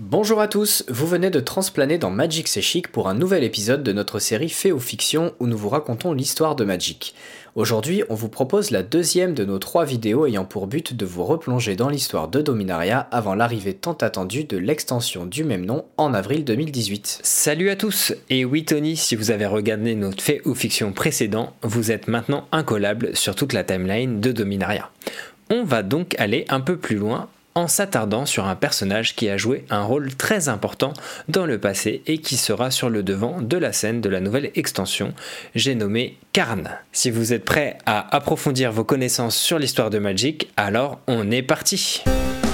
Bonjour à tous, vous venez de transplaner dans Magic C'est Chic pour un nouvel épisode de notre série Fait ou Fiction où nous vous racontons l'histoire de Magic. Aujourd'hui, on vous propose la deuxième de nos 3 vidéos ayant pour but de vous replonger dans l'histoire de Dominaria avant l'arrivée tant attendue de l'extension du même nom en avril 2018. Salut à tous, et oui Tony, si vous avez regardé notre Fait ou Fiction précédent, vous êtes maintenant incollable sur toute la timeline de Dominaria. On va donc aller un peu plus loin en s'attardant sur un personnage qui a joué un rôle très important dans le passé et qui sera sur le devant de la scène de la nouvelle extension, j'ai nommé Karn. Si vous êtes prêts à approfondir vos connaissances sur l'histoire de Magic, alors on est parti!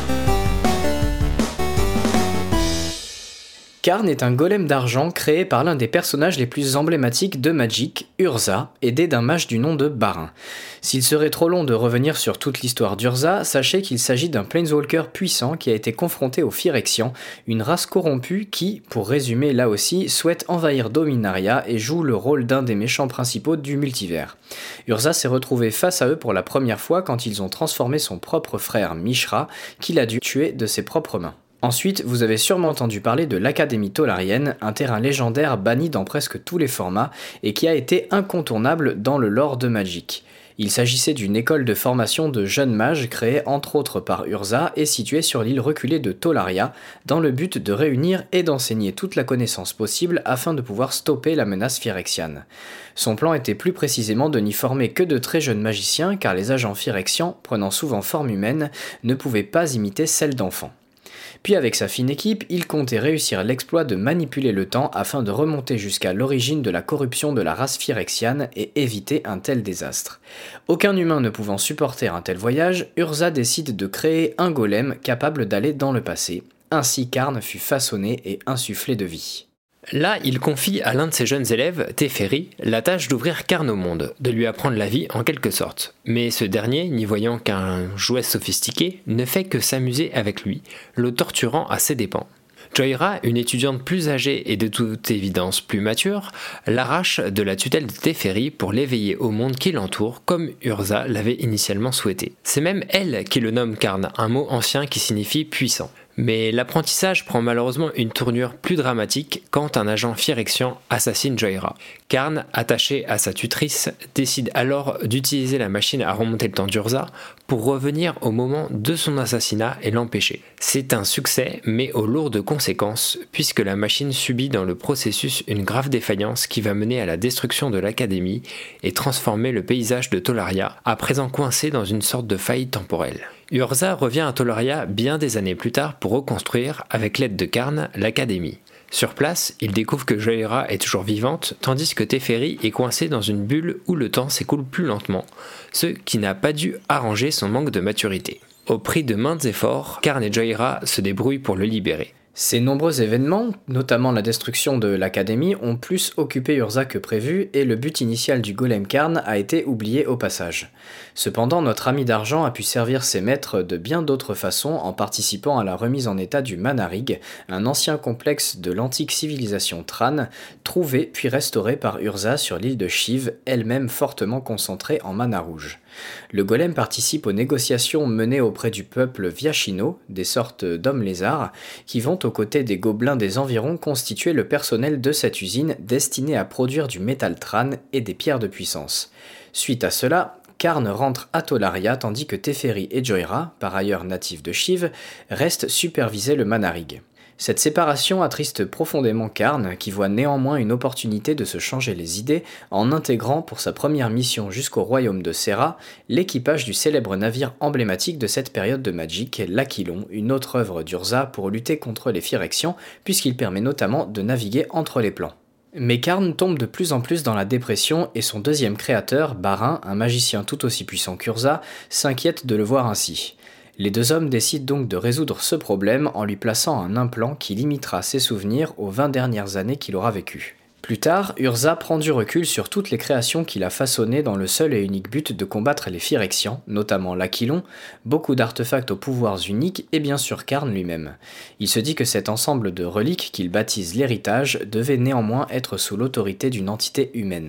Karn est un golem d'argent créé par l'un des personnages les plus emblématiques de Magic, Urza, aidé d'un mage du nom de Barin. S'il serait trop long de revenir sur toute l'histoire d'Urza, sachez qu'il s'agit d'un Planeswalker puissant qui a été confronté aux Phyrexians, une race corrompue qui, pour résumer là aussi, souhaite envahir Dominaria et joue le rôle d'un des méchants principaux du multivers. Urza s'est retrouvé face à eux pour la première fois quand ils ont transformé son propre frère Mishra, qu'il a dû tuer de ses propres mains. Ensuite, vous avez sûrement entendu parler de l'Académie Tolarienne, un terrain légendaire banni dans presque tous les formats et qui a été incontournable dans le lore de Magic. Il s'agissait d'une école de formation de jeunes mages créée entre autres par Urza et située sur l'île reculée de Tolaria, dans le but de réunir et d'enseigner toute la connaissance possible afin de pouvoir stopper la menace phyrexiane. Son plan était plus précisément de n'y former que de très jeunes magiciens car les agents phyrexians, prenant souvent forme humaine, ne pouvaient pas imiter celle d'enfants. Puis avec sa fine équipe, il comptait réussir l'exploit de manipuler le temps afin de remonter jusqu'à l'origine de la corruption de la race phyrexiane et éviter un tel désastre. Aucun humain ne pouvant supporter un tel voyage, Urza décide de créer un golem capable d'aller dans le passé. Ainsi Karn fut façonné et insufflé de vie. Là, il confie à l'un de ses jeunes élèves, Teferi, la tâche d'ouvrir Karn au monde, de lui apprendre la vie en quelque sorte. Mais ce dernier, n'y voyant qu'un jouet sophistiqué, ne fait que s'amuser avec lui, le torturant à ses dépens. Joyra, une étudiante plus âgée et de toute évidence plus mature, l'arrache de la tutelle de Teferi pour l'éveiller au monde qui l'entoure, comme Urza l'avait initialement souhaité. C'est même elle qui le nomme Karn, un mot ancien qui signifie puissant. Mais l'apprentissage prend malheureusement une tournure plus dramatique quand un agent phyrexian assassine Joyra. Karn, attaché à sa tutrice, décide alors d'utiliser la machine à remonter le temps d'Urza pour revenir au moment de son assassinat et l'empêcher. C'est un succès, mais aux lourdes conséquences, puisque la machine subit dans le processus une grave défaillance qui va mener à la destruction de l'Académie et transformer le paysage de Tolaria, à présent coincé dans une sorte de faille temporelle. Urza revient à Tolaria bien des années plus tard pour reconstruire, avec l'aide de Karn, l'Académie. Sur place, il découvre que Joyra est toujours vivante, tandis que Teferi est coincé dans une bulle où le temps s'écoule plus lentement, ce qui n'a pas dû arranger son manque de maturité. Au prix de maints efforts, Karn et Joyra se débrouillent pour le libérer. Ces nombreux événements, notamment la destruction de l'Académie, ont plus occupé Urza que prévu et le but initial du golem Karn a été oublié au passage. Cependant, notre ami d'argent a pu servir ses maîtres de bien d'autres façons en participant à la remise en état du Manarig, un ancien complexe de l'antique civilisation Tran, trouvé puis restauré par Urza sur l'île de Shiv, elle-même fortement concentrée en mana rouge. Le golem participe aux négociations menées auprès du peuple Viachino, des sortes d'hommes lézards, qui vont aux côtés des gobelins des environs constituer le personnel de cette usine destinée à produire du métal Tran et des pierres de puissance. Suite à cela, Karn rentre à Tolaria tandis que Teferi et Joyra, par ailleurs natifs de Shiv, restent superviser le Manarig. Cette séparation attriste profondément Karn, qui voit néanmoins une opportunité de se changer les idées en intégrant pour sa première mission jusqu'au royaume de Serra l'équipage du célèbre navire emblématique de cette période de Magic, l'Aquilon, une autre œuvre d'Urza pour lutter contre les Phyrexians, puisqu'il permet notamment de naviguer entre les plans. Mais Karn tombe de plus en plus dans la dépression et son deuxième créateur, Barin, un magicien tout aussi puissant qu'Urza, s'inquiète de le voir ainsi. Les deux hommes décident donc de résoudre ce problème en lui plaçant un implant qui limitera ses souvenirs aux 20 dernières années qu'il aura vécues. Plus tard, Urza prend du recul sur toutes les créations qu'il a façonnées dans le seul et unique but de combattre les Phyrexians, notamment l'Aquilon, beaucoup d'artefacts aux pouvoirs uniques et bien sûr Karn lui-même. Il se dit que cet ensemble de reliques qu'il baptise l'héritage devait néanmoins être sous l'autorité d'une entité humaine.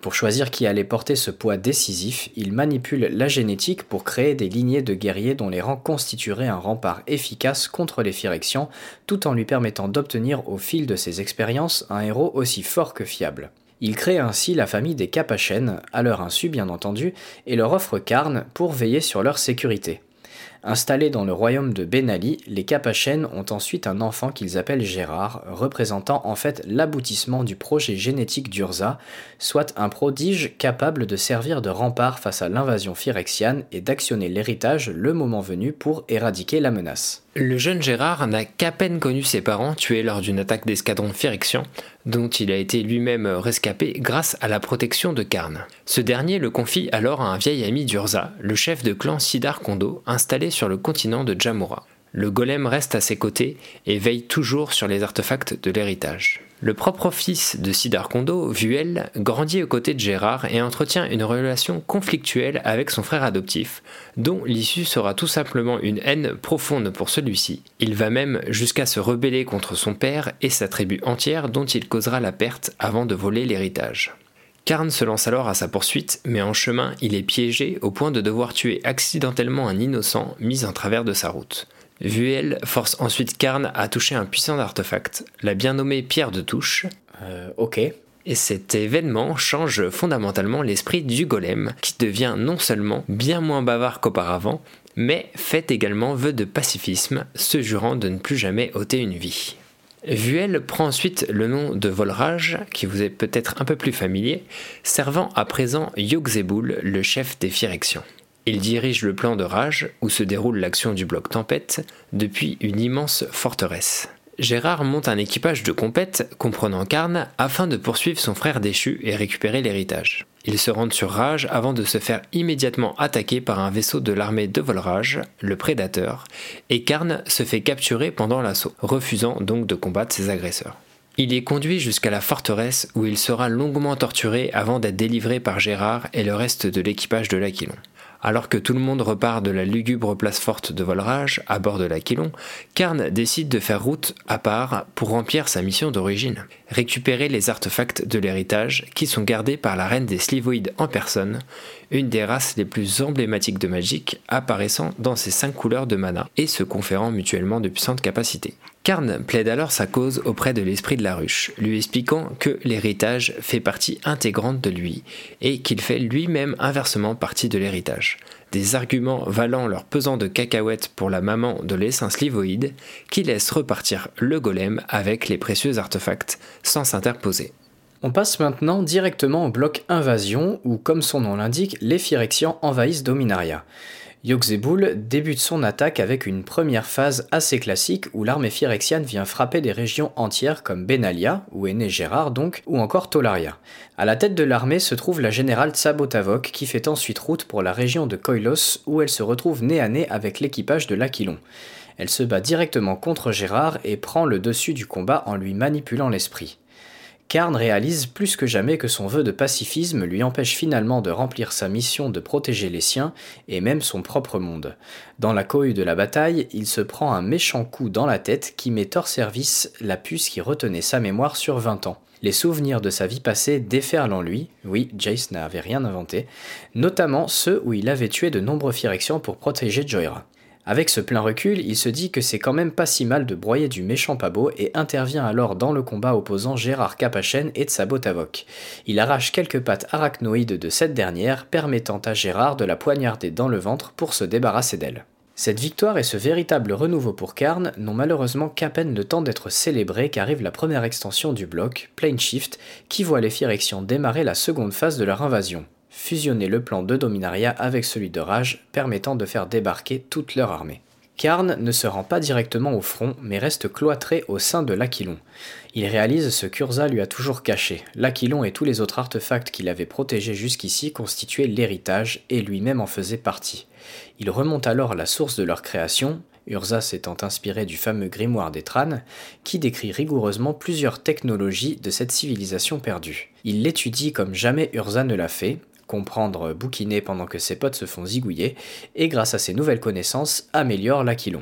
Pour choisir qui allait porter ce poids décisif, il manipule la génétique pour créer des lignées de guerriers dont les rangs constitueraient un rempart efficace contre les Phyrexians, tout en lui permettant d'obtenir au fil de ses expériences un héros aussi fort que fiable. Il crée ainsi la famille des Capachènes, à leur insu bien entendu, et leur offre Karn pour veiller sur leur sécurité. Installés dans le royaume de Benali, les Capachènes ont ensuite un enfant qu'ils appellent Gérard, représentant en fait l'aboutissement du projet génétique d'Urza, soit un prodige capable de servir de rempart face à l'invasion phyrexiane et d'actionner l'héritage le moment venu pour éradiquer la menace. Le jeune Gérard n'a qu'à peine connu ses parents tués lors d'une attaque d'escadron phyrexian, dont il a été lui-même rescapé grâce à la protection de Karn. Ce dernier le confie alors à un vieil ami d'Urza, le chef de clan Sidar Kondo, installé sur le continent de Jamura. Le golem reste à ses côtés et veille toujours sur les artefacts de l'héritage. Le propre fils de Sidar Kondo, Vuel, grandit aux côtés de Gérard et entretient une relation conflictuelle avec son frère adoptif, dont l'issue sera tout simplement une haine profonde pour celui-ci. Il va même jusqu'à se rebeller contre son père et sa tribu entière dont il causera la perte avant de voler l'héritage. Karn se lance alors à sa poursuite, mais en chemin, il est piégé au point de devoir tuer accidentellement un innocent mis en travers de sa route. Vuel force ensuite Karn à toucher un puissant artefact, la bien nommée pierre de touche. Ok. Et cet événement change fondamentalement l'esprit du golem, qui devient non seulement bien moins bavard qu'auparavant, mais fait également vœu de pacifisme, se jurant de ne plus jamais ôter une vie. Vuel prend ensuite le nom de Volraj, qui vous est peut-être un peu plus familier, servant à présent Yogg-Zebul, le chef des Phyrexians. Il dirige le plan de Rage, où se déroule l'action du bloc Tempête, depuis une immense forteresse. Gérard monte un équipage de compète, comprenant Karn, afin de poursuivre son frère déchu et récupérer l'héritage. Ils se rendent sur Rage avant de se faire immédiatement attaquer par un vaisseau de l'armée de Volraj, le Prédateur, et Karn se fait capturer pendant l'assaut, refusant donc de combattre ses agresseurs. Il est conduit jusqu'à la forteresse où il sera longuement torturé avant d'être délivré par Gérard et le reste de l'équipage de l'Aquilon. Alors que tout le monde repart de la lugubre place forte de Volraj, à bord de l'Aquilon, Karn décide de faire route à part pour remplir sa mission d'origine. Récupérer les artefacts de l'héritage qui sont gardés par la reine des Slivoïdes en personne, une des races les plus emblématiques de Magic, apparaissant dans ses 5 couleurs de mana et se conférant mutuellement de puissantes capacités. Karn plaide alors sa cause auprès de l'esprit de la ruche, lui expliquant que l'héritage fait partie intégrante de lui et qu'il fait lui-même inversement partie de l'héritage. Des arguments valant leur pesant de cacahuètes pour la maman de l'essaim slivoïde qui laisse repartir le golem avec les précieux artefacts sans s'interposer. On passe maintenant directement au bloc Invasion où, comme son nom l'indique, les Phyrexians envahissent Dominaria. Yogg-Zebul débute son attaque avec une première phase assez classique où l'armée phyrexiane vient frapper des régions entières comme Benalia, où est né Gérard donc, ou encore Tolaria. À la tête de l'armée se trouve la générale Tsabotavok qui fait ensuite route pour la région de Koilos où elle se retrouve nez à nez avec l'équipage de l'Aquilon. Elle se bat directement contre Gérard et prend le dessus du combat en lui manipulant l'esprit. Karn réalise plus que jamais que son vœu de pacifisme lui empêche finalement de remplir sa mission de protéger les siens et même son propre monde. Dans la cohue de la bataille, il se prend un méchant coup dans la tête qui met hors service la puce qui retenait sa mémoire sur 20 ans. Les souvenirs de sa vie passée déferlent en lui, oui, Jace n'avait rien inventé, notamment ceux où il avait tué de nombreux Phyrexians pour protéger Jhoira. Avec ce plein recul, il se dit que c'est quand même pas si mal de broyer du méchant Pabo et intervient alors dans le combat opposant Gérard Capachène et Tsabotavok. Il arrache quelques pattes arachnoïdes de cette dernière, permettant à Gérard de la poignarder dans le ventre pour se débarrasser d'elle. Cette victoire et ce véritable renouveau pour Karn n'ont malheureusement qu'à peine le temps d'être célébrés qu'arrive la première extension du bloc, Plane Shift, qui voit les Phyrexians démarrer la seconde phase de leur invasion. Fusionner le plan de Dominaria avec celui de Rage, permettant de faire débarquer toute leur armée. Karn ne se rend pas directement au front, mais reste cloîtré au sein de l'Aquilon. Il réalise ce qu'Urza lui a toujours caché. L'Aquilon et tous les autres artefacts qu'il avait protégés jusqu'ici constituaient l'héritage, et lui-même en faisait partie. Il remonte alors à la source de leur création, Urza s'étant inspiré du fameux grimoire des Tranes, qui décrit rigoureusement plusieurs technologies de cette civilisation perdue. Il l'étudie comme jamais Urza ne l'a fait, comprendre bouquiner pendant que ses potes se font zigouiller, et grâce à ses nouvelles connaissances, améliore l'Aquilon.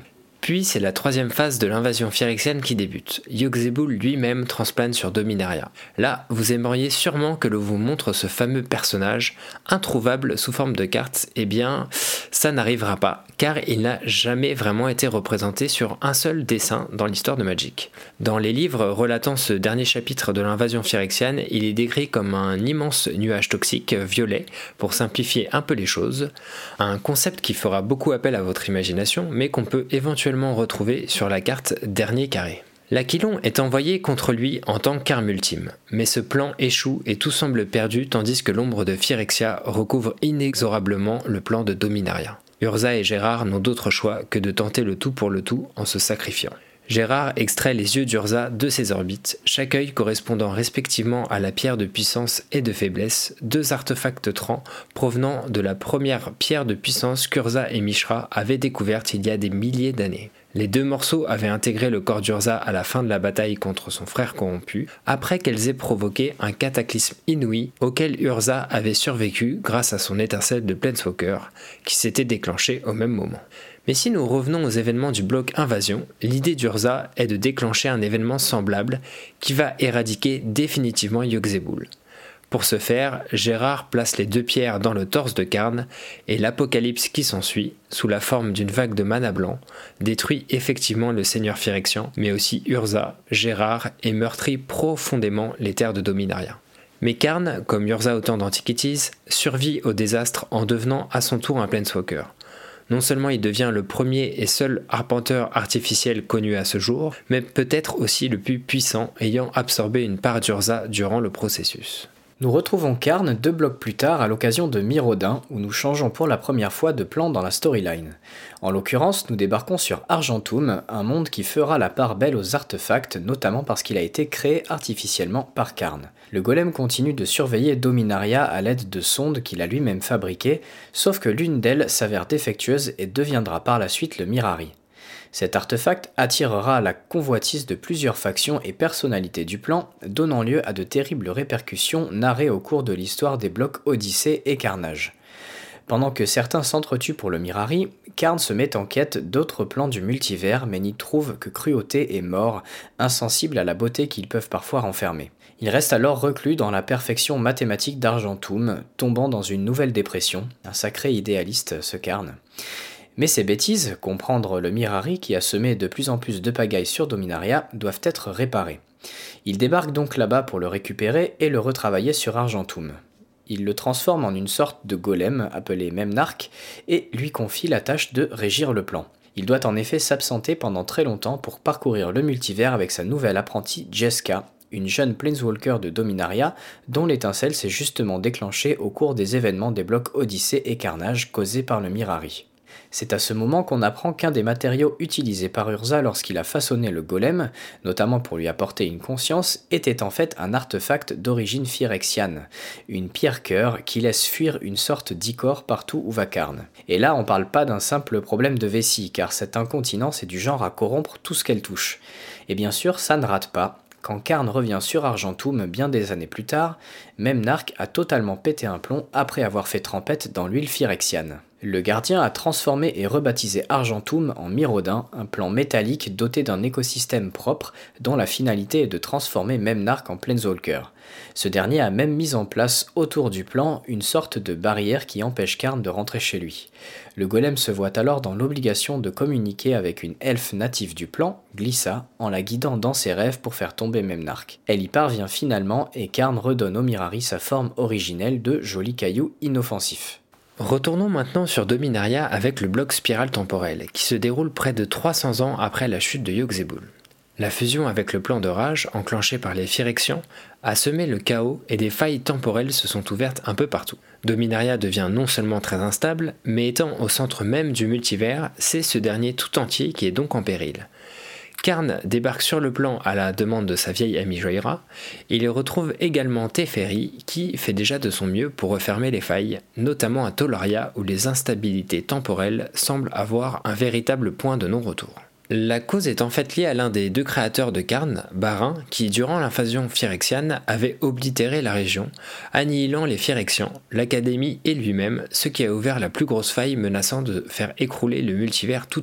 Puis c'est la troisième phase de l'invasion phyrexiane qui débute. Yogg-Saibul lui-même transplane sur Dominaria. Là, vous aimeriez sûrement que l'on vous montre ce fameux personnage, introuvable sous forme de carte. Eh bien, ça n'arrivera pas, car il n'a jamais vraiment été représenté sur un seul dessin dans l'histoire de Magic. Dans les livres relatant ce dernier chapitre de l'invasion phyrexiane, il est décrit comme un immense nuage toxique violet, pour simplifier un peu les choses, un concept qui fera beaucoup appel à votre imagination, mais qu'on peut éventuellement retrouvé sur la carte Dernier Carré. L'Aquilon est envoyé contre lui en tant qu'arme ultime, mais ce plan échoue et tout semble perdu tandis que l'ombre de Phyrexia recouvre inexorablement le plan de Dominaria. Urza et Gérard n'ont d'autre choix que de tenter le tout pour le tout en se sacrifiant. Gérard extrait les yeux d'Urza de ses orbites, chaque œil correspondant respectivement à la pierre de puissance et de faiblesse, deux artefacts Tran provenant de la première pierre de puissance qu'Urza et Mishra avaient découverte il y a des milliers d'années. Les deux morceaux avaient intégré le corps d'Urza à la fin de la bataille contre son frère corrompu, après qu'elles aient provoqué un cataclysme inouï auquel Urza avait survécu grâce à son étincelle de Planeswalker, qui s'était déclenchée au même moment. Mais si nous revenons aux événements du bloc Invasion, l'idée d'Urza est de déclencher un événement semblable qui va éradiquer définitivement Yogg-Saibul. Pour ce faire, Gérard place les deux pierres dans le torse de Karn et l'apocalypse qui s'ensuit, sous la forme d'une vague de mana blanc, détruit effectivement le seigneur Phyrexian, mais aussi Urza, Gérard et meurtrit profondément les terres de Dominaria. Mais Karn, comme Urza au temps d'Antiquities, survit au désastre en devenant à son tour un Planeswalker. Non seulement il devient le premier et seul arpenteur artificiel connu à ce jour, mais peut-être aussi le plus puissant, ayant absorbé une part d'Urza durant le processus. Nous retrouvons Karn 2 blocs plus tard à l'occasion de Mirrodin, où nous changeons pour la première fois de plan dans la storyline. En l'occurrence, nous débarquons sur Argentum, un monde qui fera la part belle aux artefacts, notamment parce qu'il a été créé artificiellement par Karn. Le golem continue de surveiller Dominaria à l'aide de sondes qu'il a lui-même fabriquées, sauf que l'une d'elles s'avère défectueuse et deviendra par la suite le Mirari. Cet artefact attirera la convoitise de plusieurs factions et personnalités du plan, donnant lieu à de terribles répercussions narrées au cours de l'histoire des blocs Odyssée et Carnage. Pendant que certains s'entretuent pour le Mirari, Karn se met en quête d'autres plans du multivers mais n'y trouve que cruauté et mort, insensible à la beauté qu'ils peuvent parfois renfermer. Il reste alors reclus dans la perfection mathématique d'Argentum, tombant dans une nouvelle dépression, un sacré idéaliste ce Karn. Mais ces bêtises, comprendre le Mirari qui a semé de plus en plus de pagaille sur Dominaria, doivent être réparées. Il débarque donc là-bas pour le récupérer et le retravailler sur Argentum. Il le transforme en une sorte de golem appelé Memnarch et lui confie la tâche de régir le plan. Il doit en effet s'absenter pendant très longtemps pour parcourir le multivers avec sa nouvelle apprentie Jeska, une jeune Planeswalker de Dominaria dont l'étincelle s'est justement déclenchée au cours des événements des blocs Odyssée et Carnage causés par le Mirari. C'est à ce moment qu'on apprend qu'un des matériaux utilisés par Urza lorsqu'il a façonné le golem, notamment pour lui apporter une conscience, était en fait un artefact d'origine phyrexiane, une pierre-cœur qui laisse fuir une sorte d'icor partout où va Karn. Et là on parle pas d'un simple problème de vessie, car cette incontinence est du genre à corrompre tout ce qu'elle touche. Et bien sûr ça ne rate pas. Quand Karn revient sur Argentum bien des années plus tard, Memnarch a totalement pété un plomb après avoir fait trempette dans l'huile phyrexiane. Le gardien a transformé et rebaptisé Argentum en Mirrodin, un plan métallique doté d'un écosystème propre dont la finalité est de transformer Memnarch en Planeswalker. Ce dernier a même mis en place autour du plan une sorte de barrière qui empêche Karn de rentrer chez lui. Le golem se voit alors dans l'obligation de communiquer avec une elfe native du plan, Glissa, en la guidant dans ses rêves pour faire tomber Memnarch. Elle y parvient finalement et Karn redonne au Mirari sa forme originelle de joli caillou inoffensif. Retournons maintenant sur Dominaria avec le bloc spirale temporelle, qui se déroule près de 300 ans après la chute de Yogg-Saibul. La fusion avec le plan de rage, enclenché par les Phyrexians, a semé le chaos et des failles temporelles se sont ouvertes un peu partout. Dominaria devient non seulement très instable, mais étant au centre même du multivers, c'est ce dernier tout entier qui est donc en péril. Karn débarque sur le plan à la demande de sa vieille amie Joyra. Il y retrouve également Teferi qui fait déjà de son mieux pour refermer les failles, notamment à Tolaria où les instabilités temporelles semblent avoir un véritable point de non-retour. La cause est en fait liée à l'un des deux créateurs de Karn, Barin, qui durant l'invasion phyrexiane avait oblitéré la région, annihilant les Phyrexians, l'Académie et lui-même, ce qui a ouvert la plus grosse faille menaçant de faire écrouler le multivers tout entier.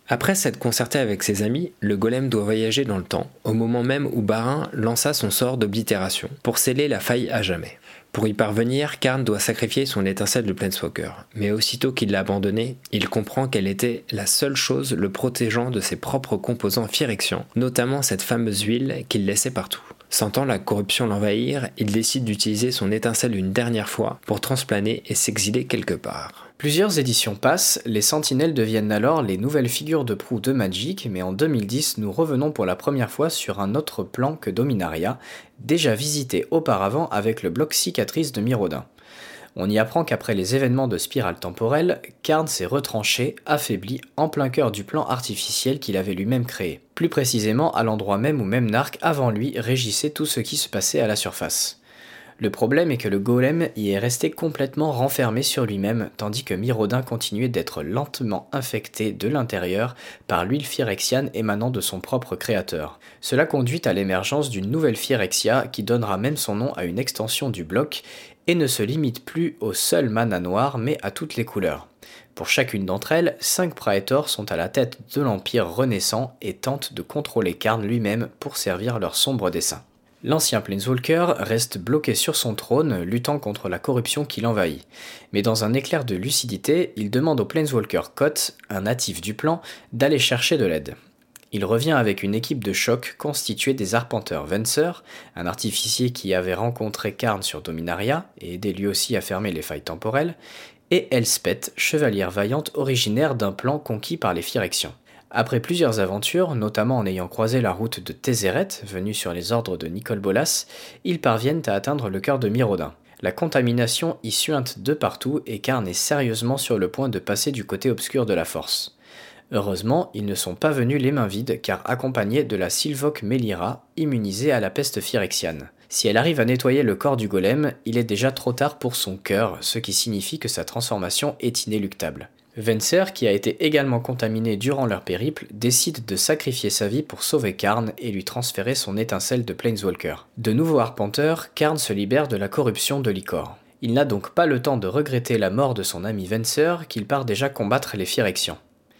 Après s'être concerté avec ses amis, le golem doit voyager dans le temps, au moment même où Barin lança son sort d'oblitération, pour sceller la faille à jamais. Pour y parvenir, Karn doit sacrifier son étincelle de Planeswalker, mais aussitôt qu'il l'a abandonnée, il comprend qu'elle était la seule chose le protégeant de ses propres composants phyrexians, notamment cette fameuse huile qu'il laissait partout. Sentant la corruption l'envahir, il décide d'utiliser son étincelle une dernière fois pour transplaner et s'exiler quelque part. Plusieurs éditions passent, les Sentinelles deviennent alors les nouvelles figures de proue de Magic, mais en 2010, nous revenons pour la première fois sur un autre plan que Dominaria, déjà visité auparavant avec le bloc cicatrice de Mirrodin. On y apprend qu'après les événements de spirale temporelle, Karn s'est retranché, affaibli, en plein cœur du plan artificiel qu'il avait lui-même créé. Plus précisément à l'endroit même où Memnarch, avant lui, régissait tout ce qui se passait à la surface. Le problème est que le golem y est resté complètement renfermé sur lui-même, tandis que Mirrodin continuait d'être lentement infecté de l'intérieur par l'huile phyrexiane émanant de son propre créateur. Cela conduit à l'émergence d'une nouvelle Phyrexia qui donnera même son nom à une extension du bloc et ne se limite plus au seul mana noir mais à toutes les couleurs. Pour chacune d'entre elles, 5 Praetors sont à la tête de l'Empire renaissant et tentent de contrôler Karn lui-même pour servir leur sombre dessein. L'ancien Planeswalker reste bloqué sur son trône, luttant contre la corruption qui l'envahit. Mais dans un éclair de lucidité, il demande au Planeswalker Koth, un natif du plan, d'aller chercher de l'aide. Il revient avec une équipe de choc constituée des arpenteurs Venser, un artificier qui avait rencontré Karn sur Dominaria et aidé lui aussi à fermer les failles temporelles, et Elspeth, chevalière vaillante originaire d'un plan conquis par les Phyrexians. Après plusieurs aventures, notamment en ayant croisé la route de Tézéret, venu sur les ordres de Nicol Bolas, ils parviennent à atteindre le cœur de Mirrodin. La contamination y suinte de partout et Karn est sérieusement sur le point de passer du côté obscur de la force. Heureusement, ils ne sont pas venus les mains vides car accompagnés de la Sylvoc Melira, immunisée à la peste phyrexiane. Si elle arrive à nettoyer le corps du golem, il est déjà trop tard pour son cœur, ce qui signifie que sa transformation est inéluctable. Venser, qui a été également contaminé durant leur périple, décide de sacrifier sa vie pour sauver Karn et lui transférer son étincelle de Planeswalker. De nouveau arpenteur, Karn se libère de la corruption de l'Icor. Il n'a donc pas le temps de regretter la mort de son ami Venser, qu'il part déjà combattre les Phyrexians.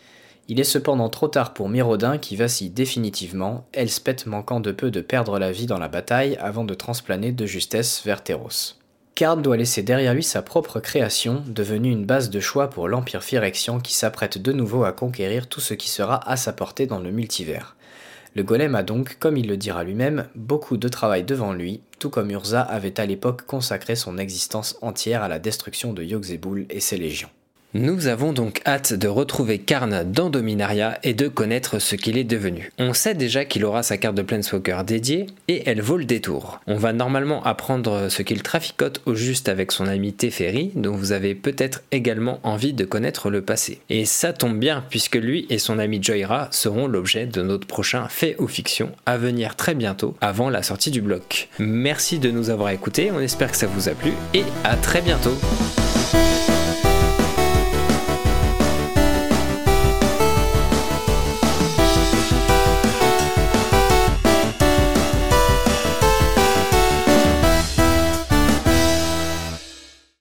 Il est cependant trop tard pour Mirrodin qui vacille définitivement, Elspeth manquant de peu de perdre la vie dans la bataille avant de transplaner de justesse vers Theros. Karn doit laisser derrière lui sa propre création, devenue une base de choix pour l'Empire Phyrexian qui s'apprête de nouveau à conquérir tout ce qui sera à sa portée dans le multivers. Le golem a donc, comme il le dira lui-même, beaucoup de travail devant lui, tout comme Urza avait à l'époque consacré son existence entière à la destruction de Yogg-Sagoul et ses légions. Nous avons donc hâte de retrouver Karn dans Dominaria et de connaître ce qu'il est devenu. On sait déjà qu'il aura sa carte de Planeswalker dédiée et elle vaut le détour. On va normalement apprendre ce qu'il traficote au juste avec son ami Teferi, dont vous avez peut-être également envie de connaître le passé. Et ça tombe bien puisque lui et son ami Jhoira seront l'objet de notre prochain fait ou fiction à venir très bientôt avant la sortie du bloc. Merci de nous avoir écoutés, on espère que ça vous a plu et à très bientôt.